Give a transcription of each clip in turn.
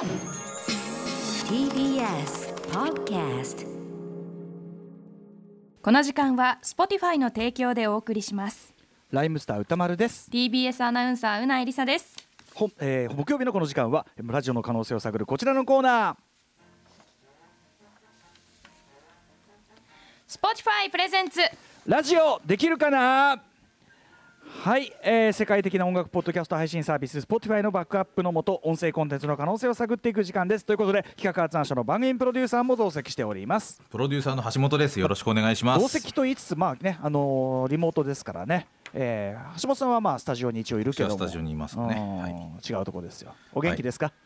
TBS Podcast。 この時間は Spotify の提供でお送りします。 ライムスター歌丸です。 TBS アナウンサーうないりさです。 木曜日のこの時間はラジオの可能性を探るこちらのコーナー、 Spotify プレゼンツラジオできるかな。はい、世界的な音楽ポッドキャスト配信サービス Spotify のバックアップのもと、音声コンテンツの可能性を探っていく時間です。ということで、企画発案者の番組プロデューサーも同席しております。 プロデューサーの橋本です。よろしくお願いします。 同席と言いつつ、まあね、リモートですからね、橋本さんはまあスタジオに一応いるけども、 スタジオにいますかね、はい、 違うところですよ。お元気ですか？はい、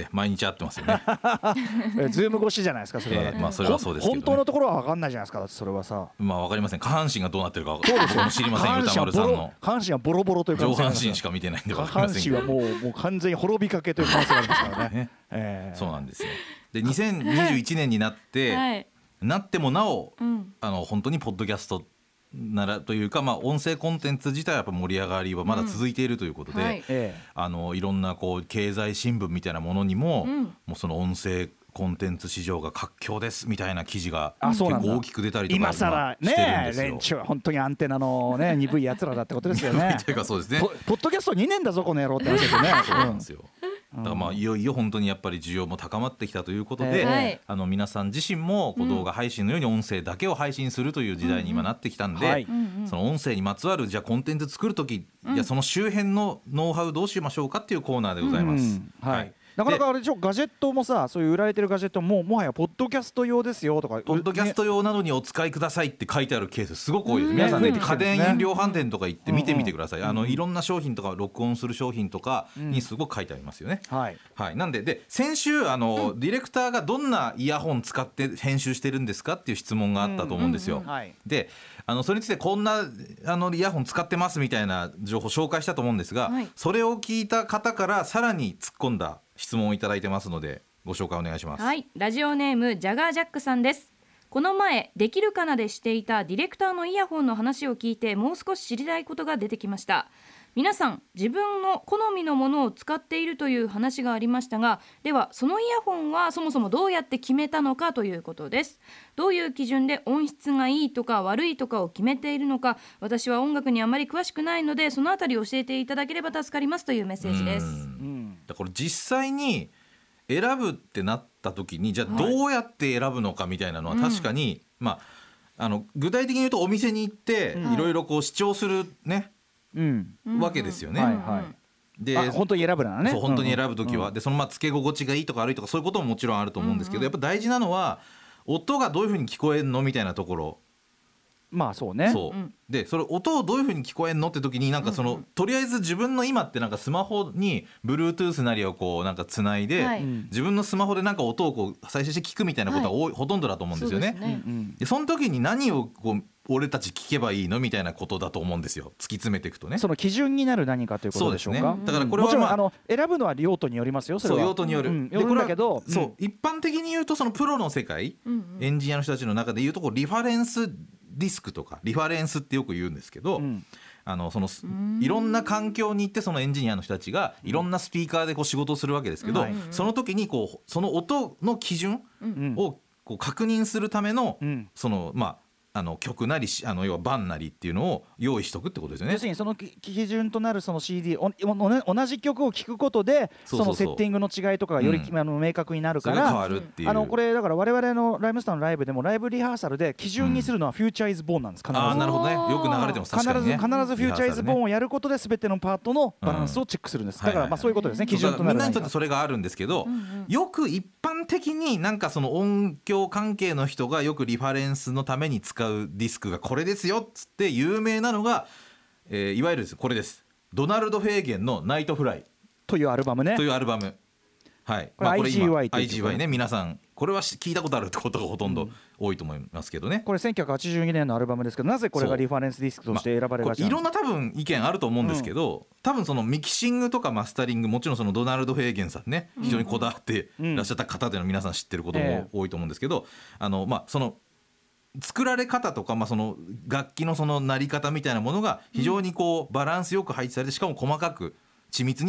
毎日会ってますよねズーム越しじゃないですか、それは。 まあそれはそうですけどね、 本当のところは分かんないじゃないですか。それはさ、 まあ分かりません。下半身がどうなってるかそうですよ、 知りませんよ。歌丸さんの下半身はボロボロというか、 上半身しか見てないんで分かりませんけど、 下半身はもう完全に滅びかけという可能性がありますからねそうなんですよ。で2021年になって、 はい、 なってもなお、本当にポッドキャストならというか、まあ、音声コンテンツ自体はやっぱ盛り上がりはまだ続いているということで、いろんなこう経済新聞みたいなものにも、もうその音声コンテンツ市場が活況ですみたいな記事が結構大きく出たりとか今更ね、連中は本当にアンテナのね鈍いやつらだってことですよねというかそうですね、 ポッドキャスト2年だぞこの野郎って話ですよねそうなんですよ。だからまあいよいよ本当にやっぱり需要も高まってきたということで、皆さん自身もこう動画配信のように音声だけを配信するという時代に今なってきたんで、その音声にまつわるじゃあコンテンツ作るとき、じゃあその周辺のノウハウどうしましょうかっていうコーナーでございます。 なかなかあれでしょ、ガジェットもさ、そういう売られてるガジェットももはやポッドキャスト用ですよとか、 ポッドキャスト用などにお使いくださいって書いてあるケースすごく多いです。皆さんね、家電飲料販店とか行って見てみてください。いろんな商品とか録音する商品とかにすごく書いてありますよね。なんで先週ディレクターがどんなイヤホン使って編集してるんですかっていう質問があったと思うんですよ。でそれについてこんなイヤホン使ってますみたいな情報を紹介したと思うんですが、それを聞いた方からさらに突っ込んだ質問をいただいてますのでご紹介お願いします。 はい、ラジオネームジャガージャックさんです。この前できるかなでしていたディレクターのイヤホンの話を聞いて、もう少し知りたいことが出てきました。皆さん自分の好みのものを使っているという話がありましたが、ではそのイヤホンはそもそもどうやって決めたのかということです。どういう基準で音質がいいとか悪いとかを決めているのか、私は音楽にあまり詳しくないのでそのあたり教えていただければ助かりますというメッセージです。 だから実際に選ぶってなった時に、じゃあどうやって選ぶのかみたいなのは確かに、具体的に言うとお店に行っていろいろこう試聴するね、わけですよね。で本当に選ぶならね、 そう本当に選ぶときは、でそのつけ心地がいいとか悪いとかそういうことももちろんあると思うんですけど、やっぱ大事なのは音がどういうふうに聞こえるのみたいなところ。 まあそうね。 でそれ音をどういうふうに聞こえるのって時に、なんかとりあえず自分の今ってなんかスマホに Bluetooth なりをこうなんかつないで、自分のスマホでなんか音をこう再生して聞くみたいなことはほとんどだと思うんですよね。でその時に何をこう俺たち聞けばいいのみたいなことだと思うんですよ。突き詰めていくとね、 その基準になる何かということでしょうか。 そうですね。だからこれは、 もちろん選ぶのは用途によりますよ。それは用途による、 よるんだけど、 一般的に言うとそのプロの世界、エンジニアの人たちの中で言うとこうリファレンスディスクとかリファレンスってよく言うんですけど、いろんな環境に行ってそのエンジニアの人たちがいろんなスピーカーでこう仕事をするわけですけど、その時にこうその音の基準をこう確認するためのその曲なり要は盤なりっていうのを用意しとくってことですよね。 要するにその基準となるその CD 同じ曲を聴くことでそのセッティングの違いとかがより明確になるから、 変わるっていう。 これだから我々のライムスターのライブでもライブリハーサルで基準にするのはフューチャーイズボーンなんです。必ず。 なるほどね。よく流れてます。確かにね。 必ずフューチャーイズボーンをやることで全てのパートのバランスをチェックするんです。だからそういうことですね。基準となる。 みんなにとってそれがあるんですけど、よく一般的になんかその音響関係の人がよくリファレンスのために使うディスクがこれですよっつって有名なのが、いわゆるこれです。ドナルド・フェーゲンのナイトフライというアルバムね。 というアルバム。はい。 これ IGY ね。皆さんこれは聞いたことあるってことがほとんど多いと思いますけどね。 これ1982年のアルバムですけど、なぜこれがリファレンスディスクとして選ばれがちなのか。 いろんな多分意見あると思うんですけど、多分そのミキシングとかマスタリング、もちろんそのドナルド・フェーゲンさんね、非常にこだわってらっしゃった方での皆さん知ってることも多いと思うんですけど、その作られ方とか、その楽器のその鳴り方みたいなものが非常にこうバランスよく配置されて、しかも細かく緻密に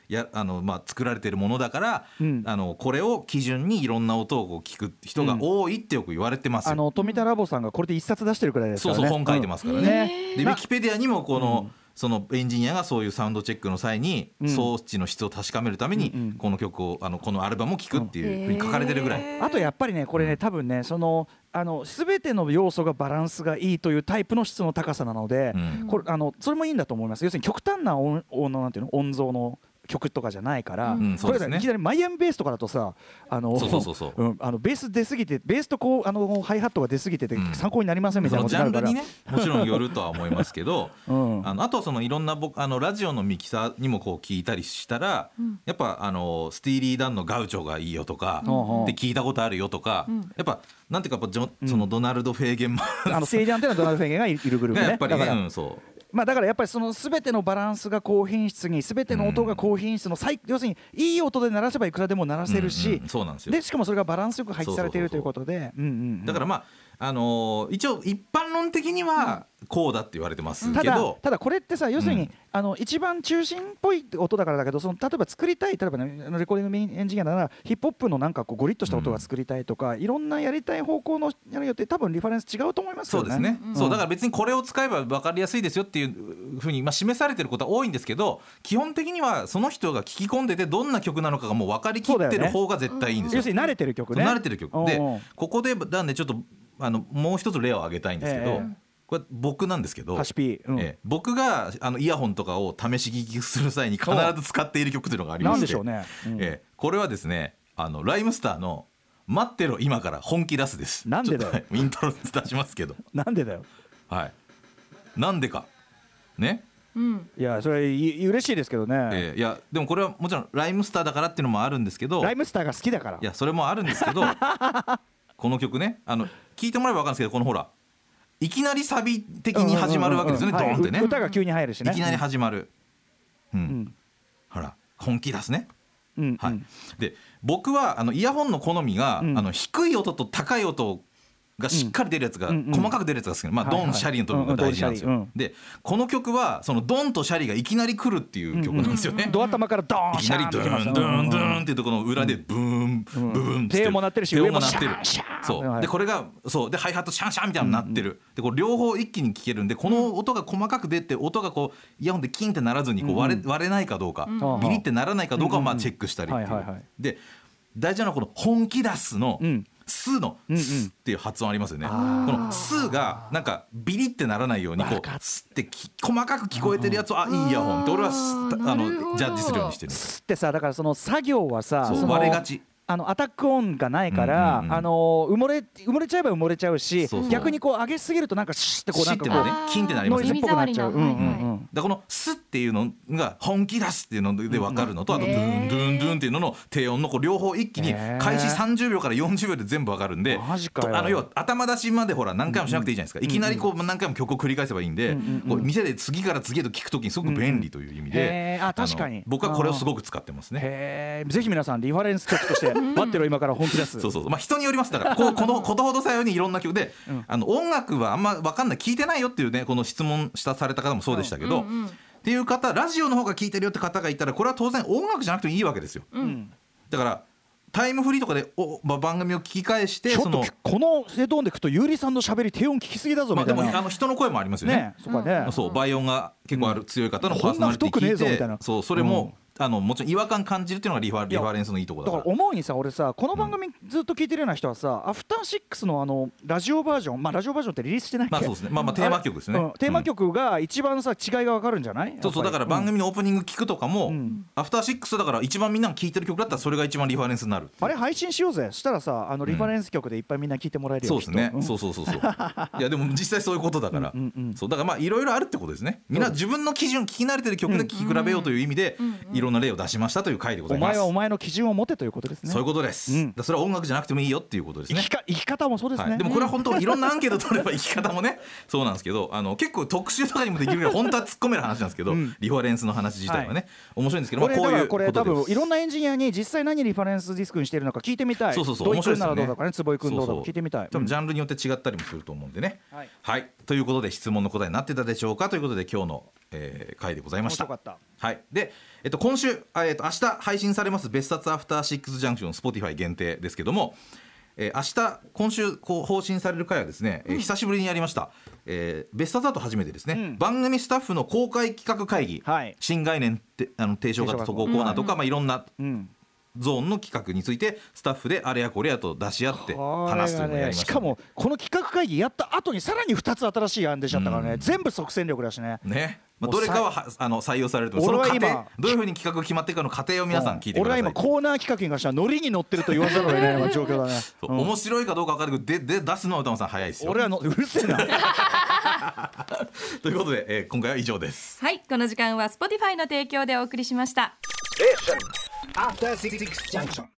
作られているものだから、これを基準にいろんな音を聞く人が多いってよく言われてますよ。 富田ラボさんがこれで一冊出してるくらいですからね。 本書いてますからね。でウィキペディアにもそのエンジニアがそういうサウンドチェックの際に装置の質を確かめるためにこの曲をこのアルバムを聴くっていうふうに書かれてるぐらい。 あとやっぱりねこれね多分ね全ての要素がバランスがいいというタイプの質の高さなので、これそれもいいんだと思います。要するに極端ななんていうの音像の曲とかじゃないから、これいきなりマイアミベースとかだとさベース出すぎてベースとハイハットが出すぎてて参考になりませんみたいなことになるから、 ジャンルにねもちろんよるとは思いますけどあといろんなラジオのミキサーにも聞いたりしたら、やっぱスティーリー・ダンのガウチョがいいよとかで聞いたことあるよとか、やっぱなんていうかそのドナルド・フェーゲンスティーリー・ダンっていうのはドナルド・フェーゲンがいるグループね。 やっぱりねだからやっぱり全てのバランスが高品質に全ての音が高品質の要するにいい音で鳴らせばいくらでも鳴らせるし、 そうなんですよ。 でしかもそれがバランスよく配置されているということで、 だから一応一般論的にはこうだって言われてますけど、 ただこれってさ要するに一番中心っぽい音だからだけど、例えば作りたい例えばねレコーディングエンジニアならヒップホップのなんかゴリッとした音が作りたいとか、いろんなやりたい方向のやるよって多分リファレンス違うと思いますよね。 そうですね。そうだから別にこれを使えば分かりやすいですよっていうふうに示されてることは多いんですけど、基本的にはその人が聞き込んでてどんな曲なのかがもう分かりきってる方が絶対いいんですよ。 要するに慣れてる曲ね。 慣れてる曲で、ここでなんでちょっともう一つ例を挙げたいんですけど、これ僕なんですけど、僕がイヤホンとかを試し聞きする際に必ず使っている曲というのがありまして、 なんでしょうね、 これはですねライムスターの待ってろ今から本気出すです。 なんでだよ。 イントロ出しますけどなんでだよ。 はい、なんでかね、 いやそれ嬉しいですけどね、 いやでもこれはもちろんライムスターだからっていうのもあるんですけど、 ライムスターが好きだから、 いやそれもあるんですけどこの曲ね聞いてもらえば分かるんですけど、このほらいきなりサビ的に始まるわけですよね、ドーンってね、 歌が急に入るしね、 いきなり始まる、ほら本気出すね、で僕はイヤホンの好みが、低い音と高い音がしっかり出るやつが、細かく出るやつが好き、ドンシャリのところが大事なんですよ、でこの曲はそのドンとシャリがいきなり来るっていう曲なんですよね、 ド頭からドーンいきなりドゥンドゥンドゥンっていうところの裏でブーンブーンって低音も鳴ってるし上もシャンシャン、 そうでこれがそうでハイハットシャンシャンみたいなのになってる、でこれ両方一気に聴けるんで、この音が細かく出て音がこうイヤホンでキンってならずに割れないかどうか、ビリってならないかどうかをチェックしたりっていう、で大事なのはこの本気出すのスのスっていう発音ありますよね。このスがなんかビリってならないようにこうスって細かく聞こえてるやつをいいイヤホンって俺はジャッジするようにしてる。 スってさだからその作業はさ割れがち。 アタックオンがないから、埋もれちゃえば埋もれちゃうし、逆にこう上げすぎるとなんかシッってこうなんかこうキンってなりますね。 ノイズっぽくなっちゃう。 だこのスっていうのが本気出すっていうので分かるのと、あとドゥンドゥンドゥンっていうのの低音のこう両方一気に開始30秒から40秒で全部分かるんで、要は頭出しまでほら何回もしなくていいじゃないですか。いきなりこう何回も曲を繰り返せばいいんで、こう店で次から次へと聞くときにすごく便利という意味で、 確かに僕はこれをすごく使ってますね。 ぜひ皆さんリファレンス曲として待ってろ今から本気出す。 そう人によりますだからこのことほどさようにいろんな曲で、音楽はあんま分かんない聞いてないよっていうね、この質問された方もそうでしたけど、っていう方ラジオの方が聞いてるよって方がいたら、これは当然音楽じゃなくてもいいわけですよ、だからタイムフリーとかで番組を聞き返して、 ちょっとこのヘッドホンで聞くとゆうりさんの喋り低音聞きすぎだぞみたいな、 でも人の声もありますよね。そう倍音が結構強い方のパーソナリティ聞いて、そうそれももちろん違和感感じるっていうのがリファレンスのいいところだから。 思うにさ俺さこの番組ずっと聞いてるような人はさ、アフターシックスのラジオバージョン、ラジオバージョンってリリースしてないっけ。 そうですね、テーマ曲ですね、 テーマ曲が一番さ違いが分かるんじゃない。 そうだから番組のオープニング聞くとかも、アフターシックスだから一番みんなが聴いてる曲だったらそれが一番リファレンスになる。 あれ配信しようぜ。したらさリファレンス曲でいっぱいみんな聴いてもらえるよ。 そうですね、そういやでも実際そういうことだから、そうだからいろいろあるってことですね。みんな自分の基準聞き慣れてる曲で聴き比べようという意味でいろんな例を出しましたという回でございます。 お前はお前の基準を持てということですね。 そういうことです、それは音楽じゃなくてもいいよっていうことですね。 生き方もそうですね、 でもこれは本当いろんなアンケート取れば生き方もねそうなんですけど、結構特集とかにもできるぐらい本当は突っ込める話なんですけど、リファレンスの話自体はね、面白いんですけど、こういうことです。 これ多分いろんなエンジニアに実際何リファレンスディスクにしているのか聞いてみたい。 そう面白いですよね。どうだかね、坪井君どうだか聞いてみたい。 多分ジャンルによって違ったりもすると思うんでね。はい、ということで質問の答えになってたでしょうかということで今日の回でございました。はい、で今今週、明日配信されます別冊アフターシックスジャンクション Spotify 限定ですけども、今週更新される回はですね、久しぶりにやりました、別冊だと初めてですね、番組スタッフの公開企画会議、新概念提唱型投稿コーナーとか、いろんなゾーンの企画についてスタッフであれやこれやと出し合って話すというのをやりました、 しかもこの企画会議やった後にさらに2つ新しい案出ちゃったからね、全部即戦力だしね。 どれかは採用されると、その過程どういうふうに企画が決まっていくかの過程を皆さん聞いてください。 俺は今コーナー企画に関してはノリに乗ってると言わざるを得ない状況だね。 面白いかどうか分かるけど出すのは歌間さん早いですよ。 俺はうるせえなということで、今回は以上です。 はい、この時間は Spotify の提供でお送りしました。